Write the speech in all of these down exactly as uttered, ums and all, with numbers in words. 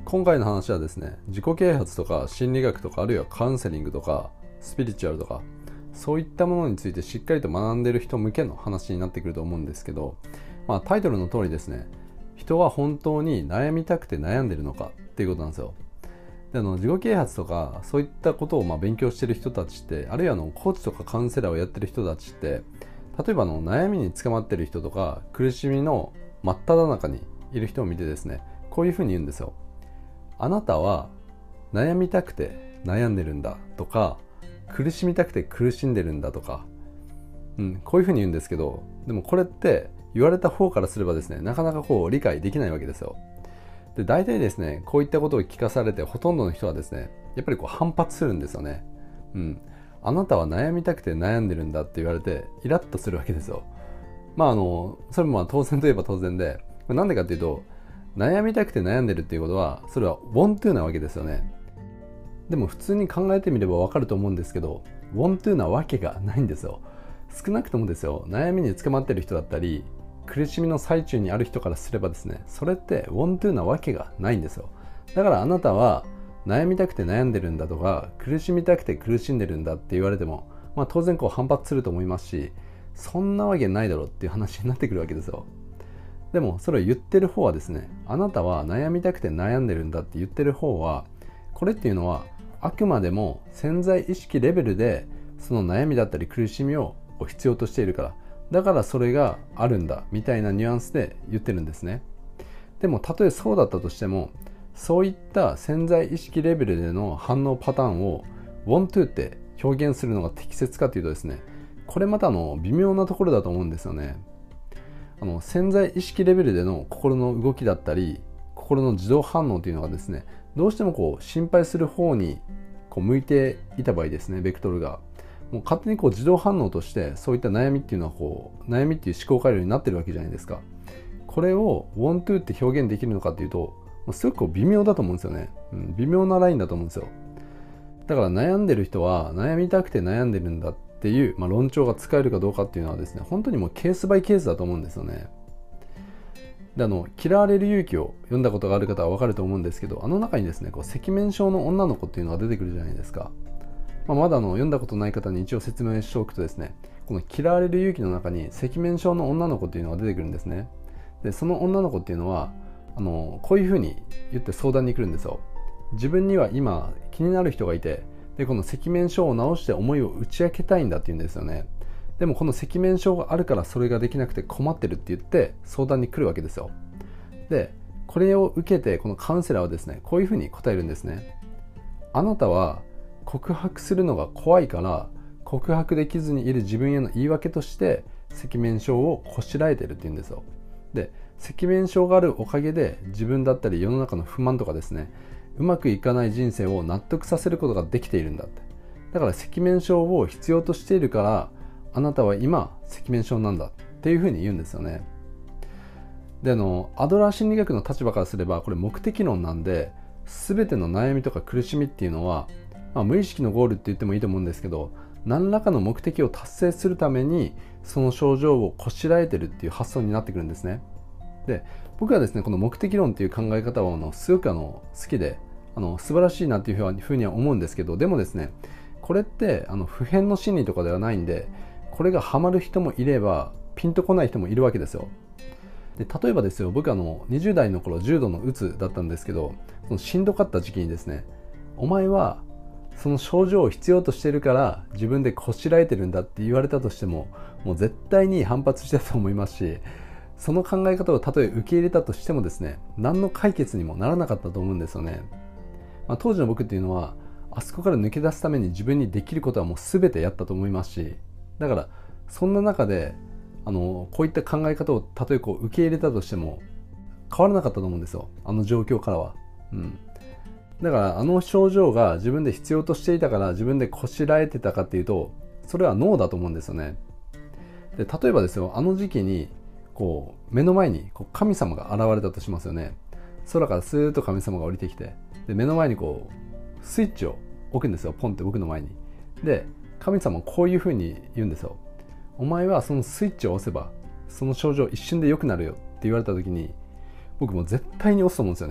今回の話はですね、自己啓発とか心理学とか、あるいはカウンセリングとかスピリチュアルとか、そういったものについてしっかりと学んでいる人向けの話になってくると思うんですけど、まあ、タイトルの通りですね、人は本当に悩みたくて悩んでるのかっていうことなんですよ。であの自己啓発とかそういったことをまあ勉強している人たちって、あるいはあのコーチとかカウンセラーをやってる人たちって、例えばあの悩みに捕まってる人とか苦しみの真っ只中にいる人を見てですね、こういうふうに言うんですよ。あなたは悩みたくて悩んでるんだとか、苦しみたくて苦しんでるんだとか、うん、こういうふうに言うんですけど、でもこれって言われた方からすればですね、なかなかこう理解できないわけですよ。で大体ですね、こういったことを聞かされて、ほとんどの人はですね、やっぱりこう反発するんですよね。うん、あなたは悩みたくて悩んでるんだって言われて、イラッとするわけですよ。まああのそれもまあ当然といえば当然で、なんでかっていうと、悩みたくて悩んでるっていうことは、それは want to なわけですよね。でも普通に考えてみればわかると思うんですけど、 want to なわけがないんですよ。少なくともですよ、悩みに捕まってる人だったり苦しみの最中にある人からすればですね、それって want to なわけがないんですよ。だからあなたは悩みたくて悩んでるんだとか、苦しみたくて苦しんでるんだって言われても、まあ当然こう反発すると思いますし、そんなわけないだろうっていう話になってくるわけですよ。でもそれを言ってる方はですね、あなたは悩みたくて悩んでるんだって言ってる方は、これっていうのはあくまでも潜在意識レベルでその悩みだったり苦しみを必要としているから、だからそれがあるんだみたいなニュアンスで言ってるんですね。でもたとえそうだったとしても、そういった潜在意識レベルでの反応パターンを want to って表現するのが適切かというとですね、これまたの微妙なところだと思うんですよね。あの潜在意識レベルでの心の動きだったり心の自動反応というのがですね、どうしてもこう心配する方にこう向いていた場合ですね、ベクトルがもう勝手にこう自動反応としてそういった悩みっていうのはこう悩みっていう思考回路になってるわけじゃないですか。これを want to って表現できるのかっていうと、すごくこう微妙だと思うんですよね、うん、微妙なラインだと思うんですよ。だから悩んでる人は悩みたくて悩んでるんだっていう、まあ、論調が使えるかどうかっていうのはですね、本当にもうケースバイケースだと思うんですよね。であの嫌われる勇気を読んだことがある方は分かると思うんですけど、あの中にですね、こう赤面症の女の子っていうのが出てくるじゃないですか。まあ、まだあの読んだことない方に一応説明しておくとですね、この嫌われる勇気の中に赤面症の女の子っていうのが出てくるんですね。でその女の子っていうのはあのこういうふうに言って相談に来るんですよ。自分には今気になる人がいて、でこの赤面症を治して思いを打ち明けたいんだって言うんですよね。でもこの赤面症があるからそれができなくて困ってるって言って相談に来るわけですよ。でこれを受けてこのカウンセラーはですね、こういうふうに答えるんですね。あなたは告白するのが怖いから告白できずにいる自分への言い訳として赤面症をこしらえてるって言うんですよ。で赤面症があるおかげで自分だったり世の中の不満とかですね、うまくいかない人生を納得させることができているんだって。だから赤面症を必要としているからあなたは今赤面症なんだっていうふうに言うんですよね。であのアドラー心理学の立場からすればこれ目的論なんで、全ての悩みとか苦しみっていうのは、まあ、無意識のゴールって言ってもいいと思うんですけど、何らかの目的を達成するためにその症状をこしらえてるっていう発想になってくるんですね。で僕はですね、この目的論っていう考え方はあのすごくあの好きであの素晴らしいなっていうふうには思うんですけど、でもですね、これってあの普遍の心理とかではないんで、これがハマる人もいればピンとこない人もいるわけですよ。で例えばですよ、僕あのにじゅう代の頃重度のうつだったんですけど、そのしんどかった時期にですね、お前はその症状を必要としてるから自分でこしらえてるんだって言われたとしても、もう絶対に反発してたと思いますし、その考え方をたとえ受け入れたとしてもですね、何の解決にもならなかったと思うんですよね。まあ、当時の僕っていうのはあそこから抜け出すために自分にできることはもう全てやったと思いますし、だからそんな中であのこういった考え方をたとえこう受け入れたとしても変わらなかったと思うんですよ、あの状況からは。うん、だからあの症状が自分で必要としていたから自分でこしらえてたかっていうと、それはノーだと思うんですよね。で例えばですよ、あの時期にこう目の前にこう神様が現れたとしますよね。空からスーッと神様が降りてきて、で目の前にこうスイッチを置くんですよ、ポンって僕の前に。で神様はこういう風に言うんですよ。お前はそのスイッチを押せばその症状一瞬で良くなるよって言われた時に、僕も絶対に押すと思うんですよね。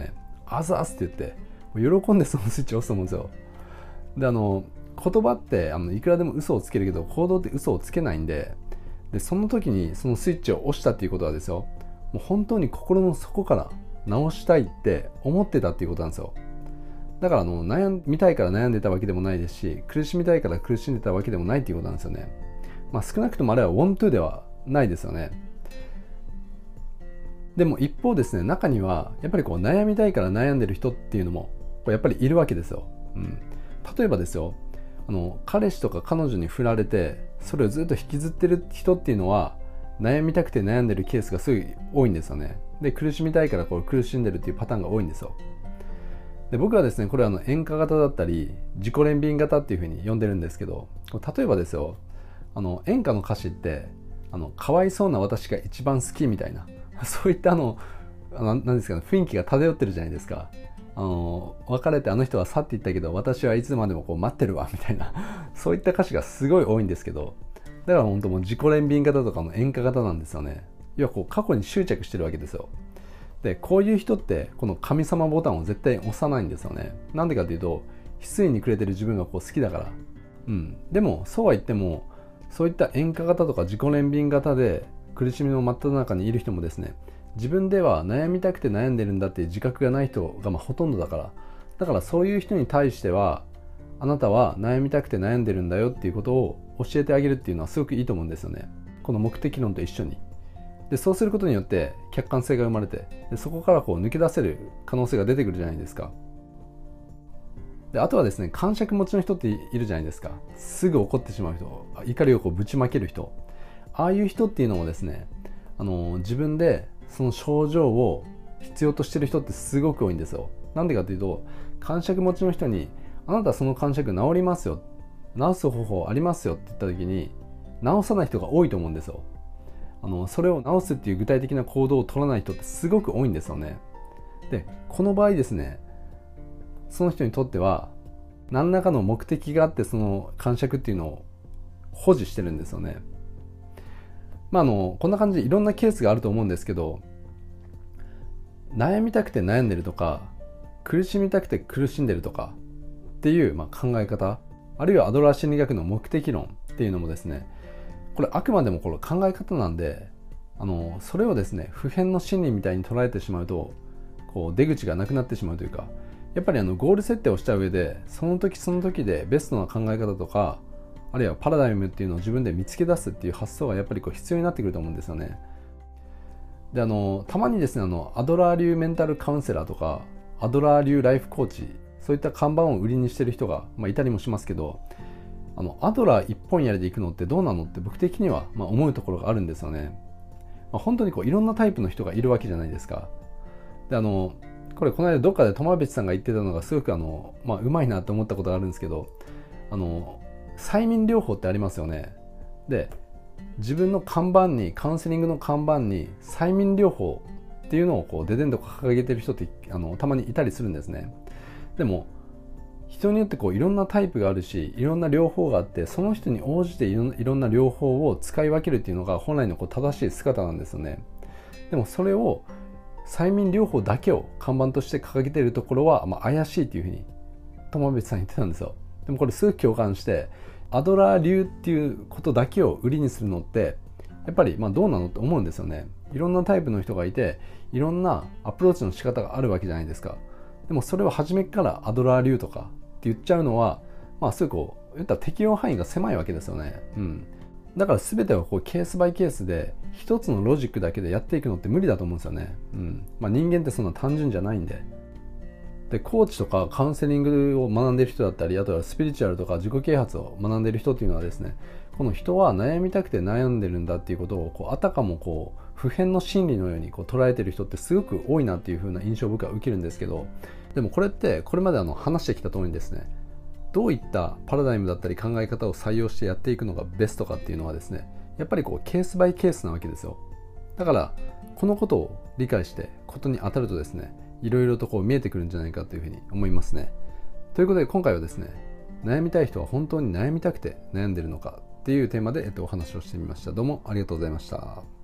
あざーすって言って喜んでそのスイッチを押すと思うんですよ。であの言葉ってあのいくらでも嘘をつけるけど行動って嘘をつけないんで、でその時にそのスイッチを押したっていうことはですよ、もう本当に心の底から直したいって思ってたっていうことなんですよ。だからあの悩みたいから悩んでたわけでもないですし、苦しみたいから苦しんでたわけでもないっていうことなんですよね。まあ少なくともあれは want to ではないですよね。でも一方ですね、中にはやっぱりこう悩みたいから悩んでる人っていうのもやっぱりいるわけですよ。うん、例えばですよ、あの彼氏とか彼女に振られてそれをずっと引きずってる人っていうのは悩みたくて悩んでるケースがすごい多いんですよね。で苦しみたいからこう苦しんでるっていうパターンが多いんですよ。で僕はですね、これはあの演歌型だったり自己憐憫型っていうふうに呼んでるんですけど、例えばですよ、あの演歌の歌詞ってあのかわいそうな私が一番好きみたいなそういったあのなんですかね、雰囲気が漂ってるじゃないですか。あの別れてあの人は去っていったけど私はいつまでもこう待ってるわみたいなそういった歌詞がすごい多いんですけど、だから本当もう自己憐憫型とかの演歌型なんですよね。要はこう過去に執着してるわけですよ。でこういう人ってこの神様ボタンを絶対押さないんですよね。なんでかというと失意にくれてる自分がこう好きだから。うん、でもそうは言ってもそういった演歌型とか自己憐憫型で苦しみの真っ只中にいる人もですね、自分では悩みたくて悩んでるんだっていう自覚がない人がまあほとんどだから、だからそういう人に対してはあなたは悩みたくて悩んでるんだよっていうことを教えてあげるっていうのはすごくいいと思うんですよね。この目的論と一緒に。でそうすることによって客観性が生まれて、でそこからこう抜け出せる可能性が出てくるじゃないですか。であとはですね、癇癪持ちの人っているじゃないですか。すぐ怒ってしまう人、怒りをこうぶちまける人、ああいう人っていうのもですね、あの自分でその症状を必要としてる人ってすごく多いんですよ。なんでかというと、癇癪持ちの人にあなたその癇癪治りますよ、治す方法ありますよって言った時に治さない人が多いと思うんですよ。あのそれを治すっていう具体的な行動を取らない人ってすごく多いんですよね。でこの場合ですね、その人にとっては何らかの目的があってその癇癪っていうのを保持してるんですよね。まあ、あのこんな感じでいろんなケースがあると思うんですけど、悩みたくて悩んでるとか苦しみたくて苦しんでるとかっていう、まあ、考え方、あるいはアドラー心理学の目的論っていうのもですね、これあくまでもこれ考え方なんで、あのそれをですね普遍の真理みたいに捉えてしまうとこう出口がなくなってしまうというか、やっぱりあのゴール設定をした上でその時その時でベストな考え方とか、あるいはパラダイムっていうのを自分で見つけ出すっていう発想がやっぱりこう必要になってくると思うんですよね。であのたまにですね、あのアドラー流メンタルカウンセラーとかアドラー流ライフコーチ、そういった看板を売りにしてる人が、まあ、いたりもしますけど、あのアドラー一本やりでいくのってどうなのって僕的には、まあ、思うところがあるんですよね。まあ、本当にこういろんなタイプの人がいるわけじゃないですか。であのこれこの間どっかで友別さんが言ってたのがすごくあの、まあ、うまいなと思ったことがあるんですけど、あの催眠療法ってありますよね。で自分の看板に、カウンセリングの看板に催眠療法っていうのをこうデデンと掲げてる人ってあのたまにいたりするんですね。でも人によってこういろんなタイプがあるし、いろんな療法があって、その人に応じていろんな療法を使い分けるっていうのが本来のこう正しい姿なんですよね。でもそれを催眠療法だけを看板として掲げているところは、まあ、怪しいっていうふうに友別さん言ってたんですよ。でもこれすごく共感して、アドラー流っていうことだけを売りにするのってやっぱりまあどうなのって思うんですよね。いろんなタイプの人がいて、いろんなアプローチの仕方があるわけじゃないですか。でもそれを初めからアドラー流とかって言っちゃうのは、まあすぐこう言ったら適用範囲が狭いわけですよね。うん。だから全てはこうケースバイケースで一つのロジックだけでやっていくのって無理だと思うんですよね。うん。まあ人間ってそんな単純じゃないんで。でコーチとかカウンセリングを学んでいる人だったり、あとはスピリチュアルとか自己啓発を学んでいる人っていうのはですね、この人は悩みたくて悩んでるんだっていうことをこうあたかもこう普遍の真理のようにこう捉えている人ってすごく多いなっていう風な印象を僕は受けるんですけど、でもこれってこれまであの話してきた通りにですね、どういったパラダイムだったり考え方を採用してやっていくのがベストかっていうのはですね、やっぱりこうケースバイケースなわけですよ。だからこのことを理解してことに当たるとですね、いろいろとこう見えてくるんじゃないかというふうに思いますね。ということで今回はですね、悩みたい人は本当に悩みたくて悩んでるのかっていうテーマで、えっと、お話をしてみました。どうもありがとうございました。